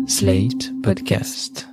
Slate Podcast.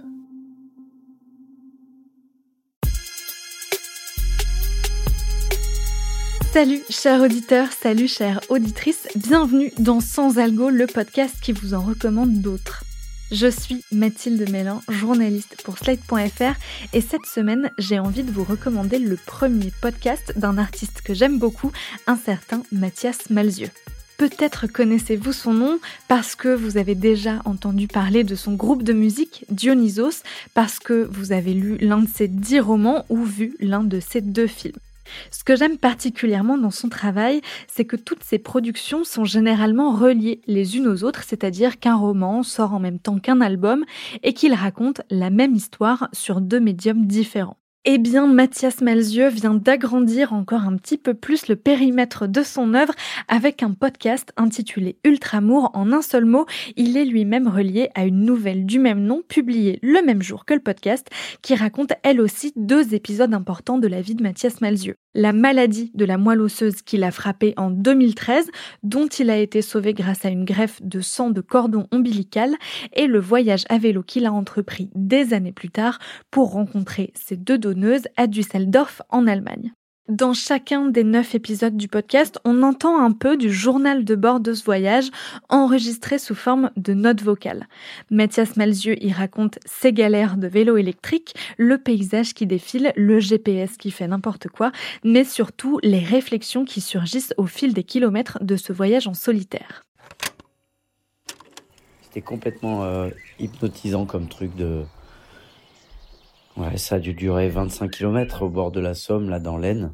Salut chers auditeurs, salut chères auditrices, bienvenue dans Sans Algo, le podcast qui vous en recommande d'autres. Je suis Mathilde Mélin, journaliste pour Slate.fr et cette semaine, j'ai envie de vous recommander le premier podcast d'un artiste que j'aime beaucoup, un certain Mathias Malzieu. Peut-être connaissez-vous son nom parce que vous avez déjà entendu parler de son groupe de musique, Dionysos, parce que vous avez lu l'un de ses 10 romans ou vu l'un de ses 2 films. Ce que j'aime particulièrement dans son travail, c'est que toutes ses productions sont généralement reliées les unes aux autres, c'est-à-dire qu'un roman sort en même temps qu'un album et qu'il raconte la même histoire sur 2 médiums différents. Eh bien, Mathias Malzieu vient d'agrandir encore un petit peu plus le périmètre de son œuvre avec un podcast intitulé Ultramour. En un seul mot, il est lui-même relié à une nouvelle du même nom, publiée le même jour que le podcast, qui raconte elle aussi 2 épisodes importants de la vie de Mathias Malzieu. La maladie de la moelle osseuse qui l'a frappé en 2013, dont il a été sauvé grâce à une greffe de sang de cordon ombilical, et le voyage à vélo qu'il a entrepris des années plus tard pour rencontrer ses 2 donneuses à Düsseldorf en Allemagne. Dans chacun des 9 épisodes du podcast, on entend un peu du journal de bord de ce voyage, enregistré sous forme de notes vocales. Mathias Malzieu y raconte ses galères de vélo électrique, le paysage qui défile, le GPS qui fait n'importe quoi, mais surtout les réflexions qui surgissent au fil des kilomètres de ce voyage en solitaire. C'était complètement hypnotisant comme truc de... Ouais, ça a dû durer 25 km au bord de la Somme, là, dans l'Aisne.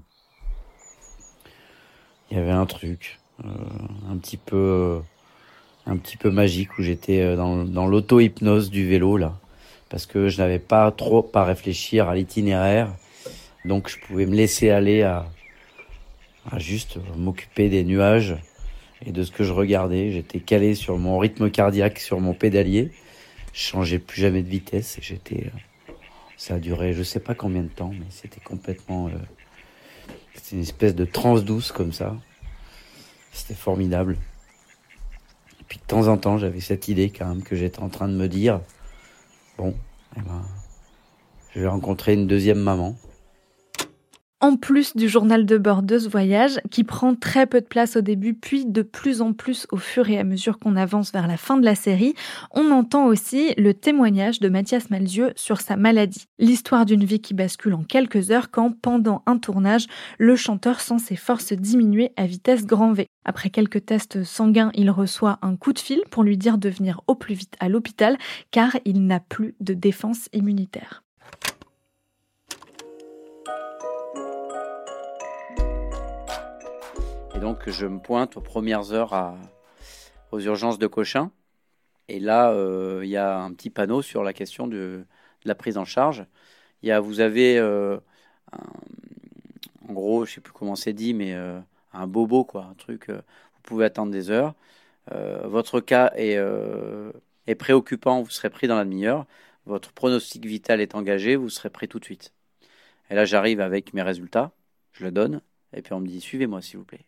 Il y avait un truc un petit peu magique où j'étais dans l'auto-hypnose du vélo, là. Parce que je n'avais pas trop à réfléchir à l'itinéraire. Donc, je pouvais me laisser aller à juste m'occuper des nuages et de ce que je regardais. J'étais calé sur mon rythme cardiaque, sur mon pédalier. Je changeais plus jamais de vitesse et j'étais... Ça a duré je sais pas combien de temps, mais c'était complètement... C'était une espèce de transe douce comme ça. C'était formidable. Et puis de temps en temps, j'avais cette idée quand même que j'étais en train de me dire... Bon, je vais rencontrer une 2e maman. En plus du journal de bord de ce voyage, qui prend très peu de place au début, puis de plus en plus au fur et à mesure qu'on avance vers la fin de la série, on entend aussi le témoignage de Mathias Malzieu sur sa maladie. L'histoire d'une vie qui bascule en quelques heures quand, pendant un tournage, le chanteur sent ses forces diminuer à vitesse grand V. Après quelques tests sanguins, il reçoit un coup de fil pour lui dire de venir au plus vite à l'hôpital, car il n'a plus de défense immunitaire. Et donc, je me pointe aux premières heures aux urgences de Cochin. Et là, il y a un petit panneau sur la question de la prise en charge. Vous avez, en gros, je ne sais plus comment c'est dit, mais un bobo, quoi, un truc. Vous pouvez attendre des heures. Votre cas est préoccupant, vous serez pris dans la demi-heure. Votre pronostic vital est engagé, vous serez pris tout de suite. Et là, j'arrive avec mes résultats, je le donne, et puis on me dit « Suivez-moi, s'il vous plaît ».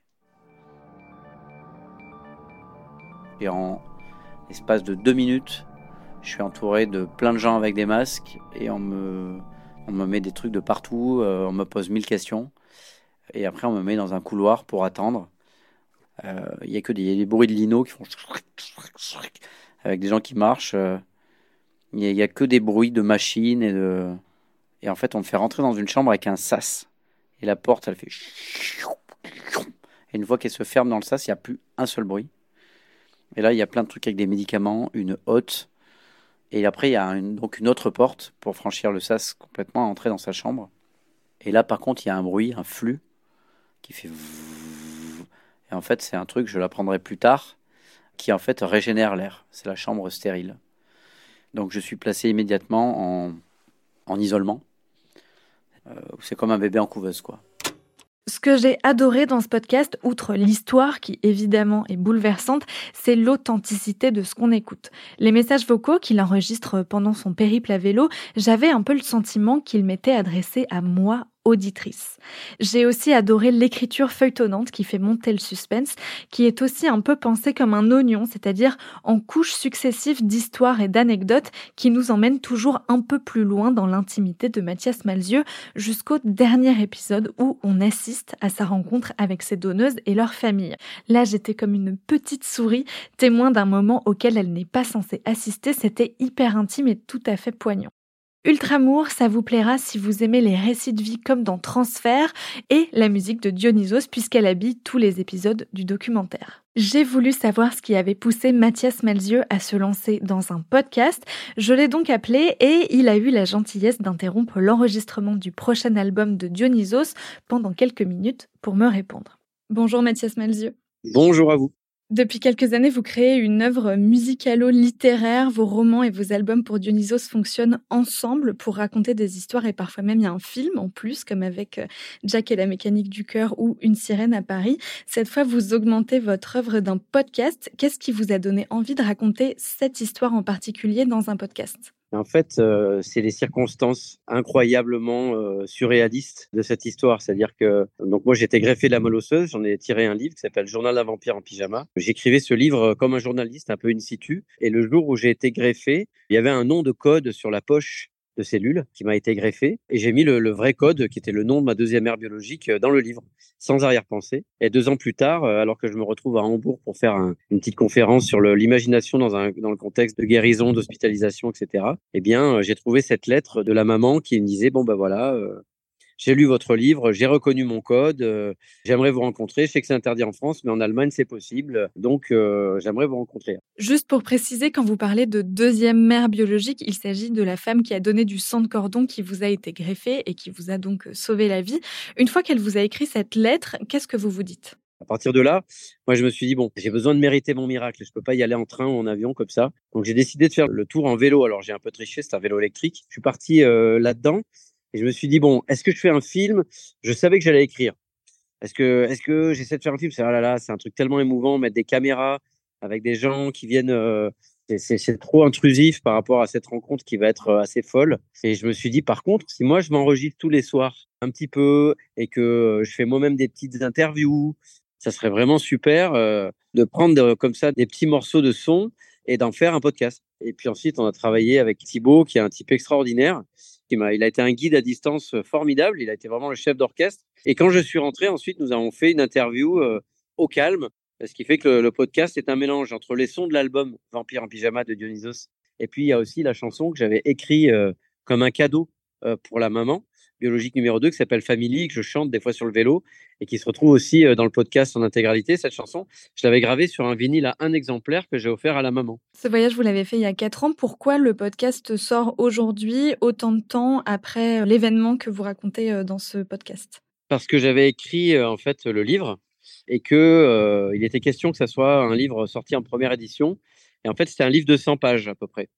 Et en l'espace de 2 minutes, je suis entouré de plein de gens avec des masques et on me met des trucs de partout, on me pose 1000 questions et après on me met dans un couloir pour attendre. Il y a des bruits de lino qui font avec des gens qui marchent. Il y a que des bruits de machines et en fait on me fait rentrer dans une chambre avec un sas et la porte elle fait et une fois qu'elle se ferme dans le sas, il n'y a plus un seul bruit. Et là, il y a plein de trucs avec des médicaments, une hotte. Et après, il y a donc une autre porte pour franchir le sas complètement, entrer dans sa chambre. Et là, par contre, il y a un bruit, un flux qui fait... Et en fait, c'est un truc, je l'apprendrai plus tard, qui en fait régénère l'air. C'est la chambre stérile. Donc, je suis placé immédiatement en isolement. C'est comme un bébé en couveuse, quoi. Ce que j'ai adoré dans ce podcast, outre l'histoire qui évidemment est bouleversante, c'est l'authenticité de ce qu'on écoute. Les messages vocaux qu'il enregistre pendant son périple à vélo, j'avais un peu le sentiment qu'il m'était adressé à moi auditrice. J'ai aussi adoré l'écriture feuilletonnante qui fait monter le suspense, qui est aussi un peu pensée comme un oignon, c'est-à-dire en couches successives d'histoires et d'anecdotes qui nous emmènent toujours un peu plus loin dans l'intimité de Mathias Malzieu jusqu'au dernier épisode où on assiste à sa rencontre avec ses donneuses et leur famille. Là, j'étais comme une petite souris, témoin d'un moment auquel elle n'est pas censée assister. C'était hyper intime et tout à fait poignant. Ultramour, ça vous plaira si vous aimez les récits de vie comme dans Transfert et la musique de Dionysos puisqu'elle habille tous les épisodes du documentaire. J'ai voulu savoir ce qui avait poussé Mathias Malzieu à se lancer dans un podcast. Je l'ai donc appelé et il a eu la gentillesse d'interrompre l'enregistrement du prochain album de Dionysos pendant quelques minutes pour me répondre. Bonjour Mathias Malzieu. Bonjour à vous. Depuis quelques années, vous créez une œuvre musicalo-littéraire. Vos romans et vos albums pour Dionysos fonctionnent ensemble pour raconter des histoires et parfois même il y a un film en plus, comme avec Jack et la mécanique du cœur ou Une sirène à Paris. Cette fois, vous augmentez votre œuvre d'un podcast. Qu'est-ce qui vous a donné envie de raconter cette histoire en particulier dans un podcast ? En fait, c'est les circonstances incroyablement surréalistes de cette histoire. C'est-à-dire que donc moi, j'étais greffé de la moelle osseuse. J'en ai tiré un livre qui s'appelle Journal d'un vampire en pyjama. J'écrivais ce livre comme un journaliste, un peu in situ. Et le jour où j'ai été greffé, il y avait un nom de code sur la poche de cellule qui m'a été greffé. Et j'ai mis le vrai code, qui était le nom de ma deuxième mère biologique, dans le livre, sans arrière-pensée. Et 2 ans plus tard, alors que je me retrouve à Hambourg pour faire une petite conférence sur l'imagination dans le contexte de guérison, d'hospitalisation, etc., eh bien, j'ai trouvé cette lettre de la maman qui me disait, bon, ben voilà, j'ai lu votre livre, j'ai reconnu mon code, j'aimerais vous rencontrer. Je sais que c'est interdit en France, mais en Allemagne, c'est possible. Donc, j'aimerais vous rencontrer. Juste pour préciser, quand vous parlez de deuxième mère biologique, il s'agit de la femme qui a donné du sang de cordon qui vous a été greffé et qui vous a donc sauvé la vie. Une fois qu'elle vous a écrit cette lettre, qu'est-ce que vous vous dites ? À partir de là, moi, je me suis dit, bon, j'ai besoin de mériter mon miracle. Je peux pas y aller en train ou en avion comme ça. Donc, j'ai décidé de faire le tour en vélo. Alors, j'ai un peu triché, c'est un vélo électrique. Je suis parti là-dedans. Et je me suis dit, bon, est-ce que je fais un film ? Je savais que j'allais écrire. Est-ce que j'essaie de faire un film ? Ah là là, c'est un truc tellement émouvant, mettre des caméras avec des gens qui viennent. C'est trop intrusif par rapport à cette rencontre qui va être assez folle. Et je me suis dit, par contre, si moi je m'enregistre tous les soirs un petit peu et que je fais moi-même des petites interviews, ça serait vraiment super de prendre comme ça des petits morceaux de son et d'en faire un podcast. Et puis ensuite, on a travaillé avec Thibaut, qui est un type extraordinaire. Il a été un guide à distance formidable. Il a été vraiment le chef d'orchestre. Et quand je suis rentré, ensuite, nous avons fait une interview au calme, ce qui fait que le podcast est un mélange entre les sons de l'album Vampire en pyjama de Dionysos et puis il y a aussi la chanson que j'avais écrite comme un cadeau pour la maman biologique numéro 2 qui s'appelle Family, que je chante des fois sur le vélo et qui se retrouve aussi dans le podcast en intégralité. Cette chanson, je l'avais gravée sur un vinyle à 1 exemplaire que j'ai offert à la maman. Ce voyage, vous l'avez fait il y a 4 ans. Pourquoi le podcast sort aujourd'hui, autant de temps après l'événement que vous racontez dans ce podcast ? Parce que j'avais écrit en fait le livre et que il était question que ça soit un livre sorti en première édition. Et en fait, c'était un livre de 100 pages à peu près.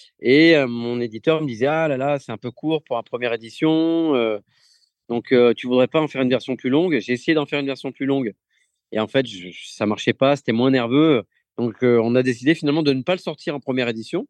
Et mon éditeur me disait, ah là là, c'est un peu court pour une première édition. Donc, tu voudrais pas en faire une version plus longue ? J'ai essayé d'en faire une version plus longue. Et en fait, ça marchait pas, c'était moins nerveux. Donc, on a décidé finalement de ne pas le sortir en première édition.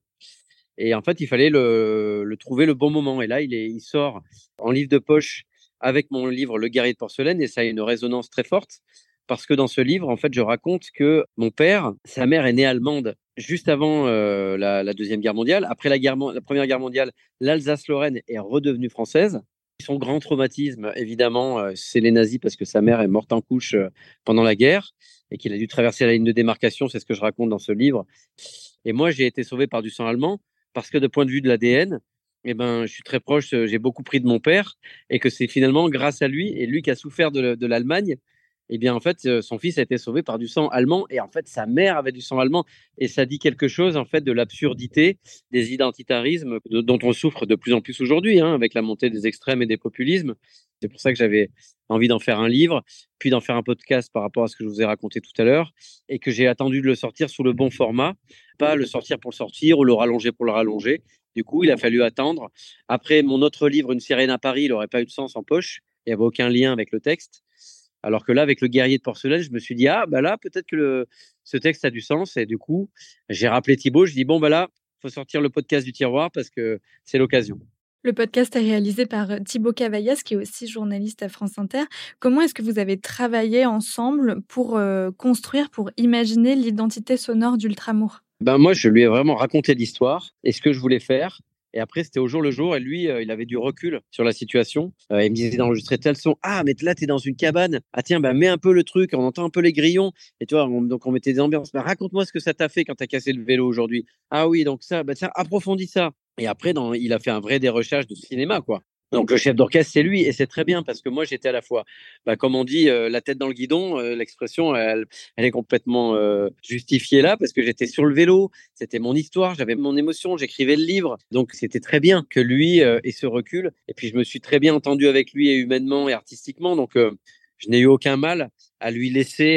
Et en fait, il fallait le trouver le bon moment. Et là, il sort en livre de poche avec mon livre Le guerrier de porcelaine. Et ça a une résonance très forte. Parce que dans ce livre, en fait, je raconte que mon père, sa mère est née allemande juste avant la Deuxième Guerre mondiale. Après la Première Guerre mondiale, l'Alsace-Lorraine est redevenue française. Son grand traumatisme, évidemment, c'est les nazis parce que sa mère est morte en couche pendant la guerre et qu'il a dû traverser la ligne de démarcation. C'est ce que je raconte dans ce livre. Et moi, j'ai été sauvé par du sang allemand parce que de point de vue de l'ADN, eh ben, je suis très proche, j'ai beaucoup pris de mon père et que c'est finalement grâce à lui et lui qui a souffert de l'Allemagne. Eh bien, en fait, son fils a été sauvé par du sang allemand et en fait, sa mère avait du sang allemand. Et ça dit quelque chose, en fait, de l'absurdité des identitarismes dont on souffre de plus en plus aujourd'hui, hein, avec la montée des extrêmes et des populismes. C'est pour ça que j'avais envie d'en faire un livre, puis d'en faire un podcast par rapport à ce que je vous ai raconté tout à l'heure et que j'ai attendu de le sortir sous le bon format, pas le sortir pour le sortir ou le rallonger pour le rallonger. Du coup, il a fallu attendre. Après, mon autre livre, Une sirène à Paris, il n'aurait pas eu de sens en poche. Il n'y avait aucun lien avec le texte. Alors que là, avec Le guerrier de porcelaine, je me suis dit, ah, bah là, peut-être que ce texte a du sens. Et du coup, j'ai rappelé Thibaut, je dis, bon, bah là, il faut sortir le podcast du tiroir parce que c'est l'occasion. Le podcast est réalisé par Thibaut Cavaillas, qui est aussi journaliste à France Inter. Comment est-ce que vous avez travaillé ensemble pour construire, pour imaginer l'identité sonore d'Ultramour ? Moi, je lui ai vraiment raconté l'histoire et ce que je voulais faire. Et après, c'était au jour le jour. Et lui, il avait du recul sur la situation. Il me disait d'enregistrer tel son. Ah, mais là, tu es dans une cabane. Ah, tiens, mets un peu le truc. On entend un peu les grillons. Et tu vois, donc on mettait des ambiances. Raconte-moi ce que ça t'a fait quand tu as cassé le vélo aujourd'hui. Ah oui, donc ça, tiens, approfondis ça. Et après, il a fait un vrai dérochage de cinéma, quoi. Donc le chef d'orchestre, c'est lui, et c'est très bien parce que moi, j'étais à la fois, comme on dit, la tête dans le guidon. L'expression, elle est complètement justifiée là parce que j'étais sur le vélo, c'était mon histoire, j'avais mon émotion, j'écrivais le livre. Donc c'était très bien que lui ait ce recul. Et puis je me suis très bien entendu avec lui, et humainement et artistiquement. Donc je n'ai eu aucun mal à lui laisser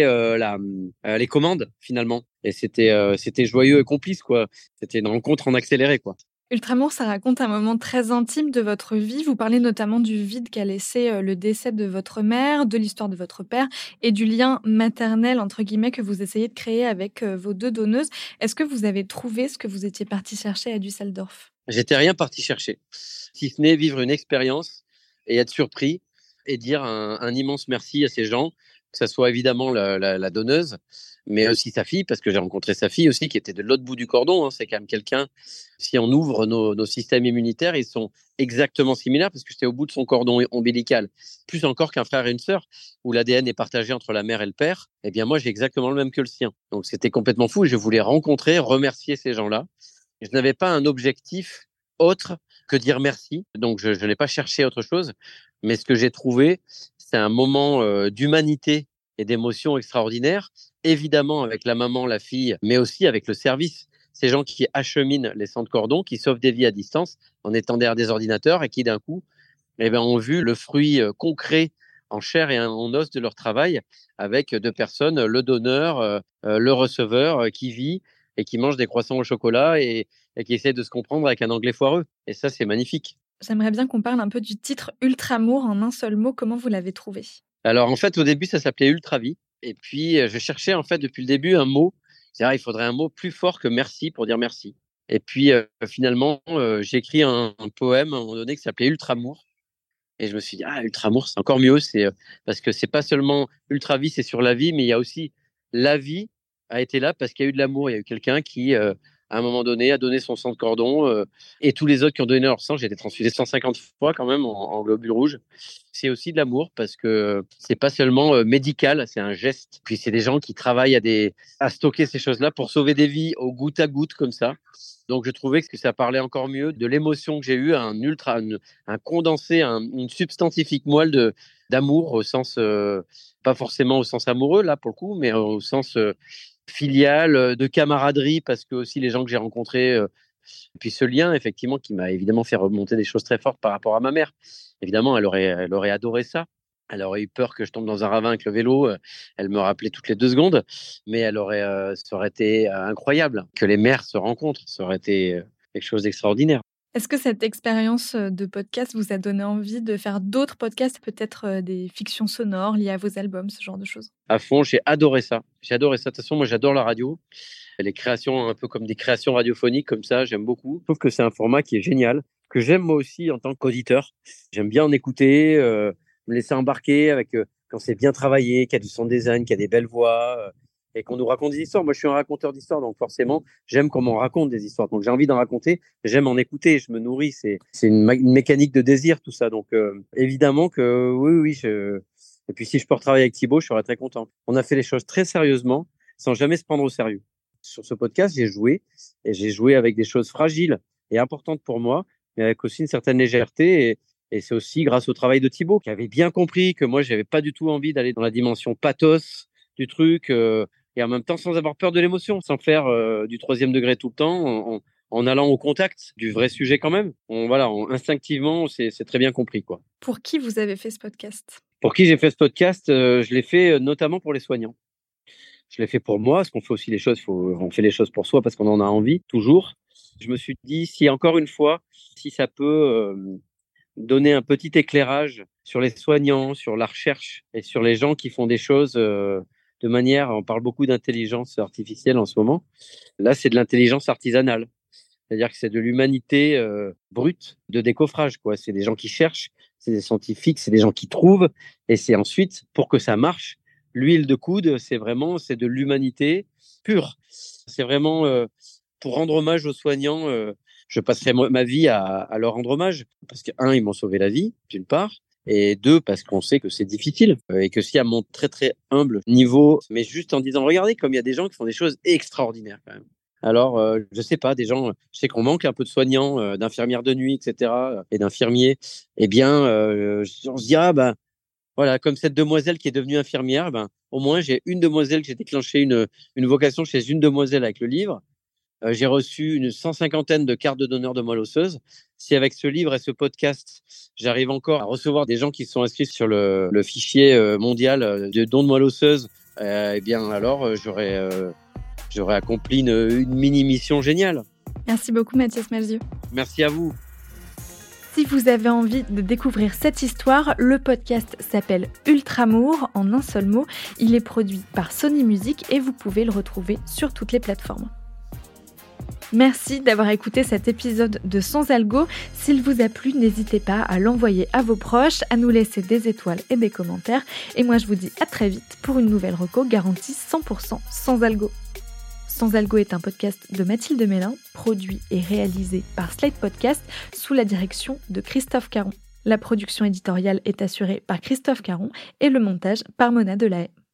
les commandes finalement. Et c'était joyeux et complice, quoi. C'était une rencontre en accéléré, quoi. Ultramour, ça raconte un moment très intime de votre vie. Vous parlez notamment du vide qu'a laissé le décès de votre mère, de l'histoire de votre père et du lien maternel, entre guillemets, que vous essayez de créer avec vos deux donneuses. Est-ce que vous avez trouvé ce que vous étiez parti chercher à Düsseldorf ? J'étais rien parti chercher, si ce n'est vivre une expérience et être surpris et dire un immense merci à ces gens, que ce soit évidemment la donneuse, mais aussi sa fille, parce que j'ai rencontré sa fille aussi, qui était de l'autre bout du cordon. C'est quand même quelqu'un, si on ouvre nos systèmes immunitaires, ils sont exactement similaires, parce que j'étais au bout de son cordon ombilical, plus encore qu'un frère et une sœur, où l'ADN est partagé entre la mère et le père. Eh bien moi, j'ai exactement le même que le sien. Donc c'était complètement fou, et je voulais rencontrer, remercier ces gens-là. Je n'avais pas un objectif autre que dire merci, donc je n'ai pas cherché autre chose, mais ce que j'ai trouvé, c'est un moment d'humanité et d'émotion extraordinaire, évidemment avec la maman, la fille, mais aussi avec le service. Ces gens qui acheminent les centres cordons, qui sauvent des vies à distance en étant derrière des ordinateurs et qui d'un coup ont vu le fruit concret en chair et en os de leur travail, avec deux personnes, le donneur, le receveur qui vit et qui mange des croissants au chocolat et qui essaie de se comprendre avec un anglais foireux. Et ça, c'est magnifique. J'aimerais bien qu'on parle un peu du titre Ultramour en un seul mot. Comment vous l'avez trouvé ? Alors, en fait, au début, ça s'appelait Ultravie. Et puis, je cherchais, en fait, depuis le début, un mot. C'est-à-dire, il faudrait un mot plus fort que merci pour dire merci. Et puis, finalement, j'ai écrit un poème à un moment donné qui s'appelait Ultramour. Et je me suis dit, Ultramour, c'est encore mieux. Parce que c'est pas seulement Ultravie, c'est sur la vie, mais il y a aussi la vie a été là parce qu'il y a eu de l'amour. Il y a eu quelqu'un qui, à un moment donné, a donné son sang de cordon. Et tous les autres qui ont donné leur sang, j'ai été transfusé 150 fois quand même en globules rouges. C'est aussi de l'amour parce que c'est pas seulement médical, c'est un geste. Puis c'est des gens qui travaillent à stocker ces choses-là pour sauver des vies au goutte à goutte comme ça. Donc je trouvais que ça parlait encore mieux de l'émotion que j'ai eue, un condensé, une substantifique moelle d'amour au sens, pas forcément au sens amoureux là pour le coup, mais au sens filial, de camaraderie, parce que aussi les gens que j'ai rencontrés, et puis ce lien effectivement qui m'a évidemment fait remonter des choses très fortes par rapport à ma mère. Évidemment, elle aurait adoré ça. Elle aurait eu peur que je tombe dans un ravin avec le vélo. Elle me rappelait toutes les 2 secondes, mais ça aurait été incroyable que les mères se rencontrent. Ça aurait été quelque chose d'extraordinaire. Est-ce que cette expérience de podcast vous a donné envie de faire d'autres podcasts, peut-être des fictions sonores liées à vos albums, ce genre de choses ? À fond, j'ai adoré ça. De toute façon, moi, j'adore la radio. Les créations, un peu comme des créations radiophoniques, comme ça, j'aime beaucoup. Je trouve que c'est un format qui est génial, que j'aime moi aussi en tant qu'auditeur. J'aime bien en écouter, me laisser embarquer quand c'est bien travaillé, qu'il y a du sound design, qu'il y a des belles voix, et qu'on nous raconte des histoires. Moi, je suis un raconteur d'histoires, donc forcément, j'aime comment on raconte des histoires. Donc, j'ai envie d'en raconter, j'aime en écouter, je me nourris. C'est une mécanique de désir, tout ça. Donc, évidemment que oui. Et puis, si je peux retravailler avec Thibaut, je serais très content. On a fait les choses très sérieusement, sans jamais se prendre au sérieux. Sur ce podcast, j'ai joué avec des choses fragiles et importantes pour moi, mais avec aussi une certaine légèreté. Et c'est aussi grâce au travail de Thibaut, qui avait bien compris que moi, j'avais pas du tout envie d'aller dans la dimension pathos du truc, et en même temps sans avoir peur de l'émotion, sans faire du 3e degré tout le temps, en allant au contact du vrai sujet quand même. Instinctivement, c'est très bien compris, quoi. Pour qui vous avez fait ce podcast ? Pour qui j'ai fait ce podcast, je l'ai fait notamment pour les soignants. Je l'ai fait pour moi, parce qu'on fait aussi les choses, on fait les choses pour soi parce qu'on en a envie, toujours. Je me suis dit, si encore une fois, si ça peut donner un petit éclairage sur les soignants, sur la recherche et sur les gens qui font des choses de manière, on parle beaucoup d'intelligence artificielle en ce moment. Là, c'est de l'intelligence artisanale. C'est-à-dire que c'est de l'humanité brute de décoffrage, quoi. C'est des gens qui cherchent, c'est des scientifiques, c'est des gens qui trouvent, et c'est ensuite, pour que ça marche, l'huile de coude, c'est de l'humanité pure. C'est vraiment pour rendre hommage aux soignants. Je passerai ma vie à leur rendre hommage parce que, un, ils m'ont sauvé la vie, d'une part, et deux, parce qu'on sait que c'est difficile et que si à mon très très humble niveau, mais juste en disant, regardez comme il y a des gens qui font des choses extraordinaires quand même. Alors, je sais pas, des gens, je sais qu'on manque un peu de soignants, d'infirmières de nuit, etc., et d'infirmiers. Eh bien, on se dit, ah ben, voilà, comme cette demoiselle qui est devenue infirmière, ben, au moins j'ai une demoiselle, j'ai déclenché une vocation chez une demoiselle avec le livre. J'ai reçu une 150aine de cartes de donneurs de moelle osseuse. Si avec ce livre et ce podcast, j'arrive encore à recevoir des gens qui sont inscrits sur le fichier mondial de dons de moelle osseuse, eh bien alors j'aurais accompli une mini-mission géniale. Merci beaucoup Mathias Malzieu. Merci à vous. Si vous avez envie de découvrir cette histoire, le podcast s'appelle Ultramour en un seul mot. Il est produit par Sony Music et vous pouvez le retrouver sur toutes les plateformes. Merci d'avoir écouté cet épisode de Sans Algo. S'il vous a plu, n'hésitez pas à l'envoyer à vos proches, à nous laisser des étoiles et des commentaires. Et moi, je vous dis à très vite pour une nouvelle reco garantie 100% sans algo. Sans Algo est un podcast de Mathilde Mélin, produit et réalisé par Slate Podcast sous la direction de Christophe Caron. La production éditoriale est assurée par Christophe Caron et le montage par Mona Delahaye.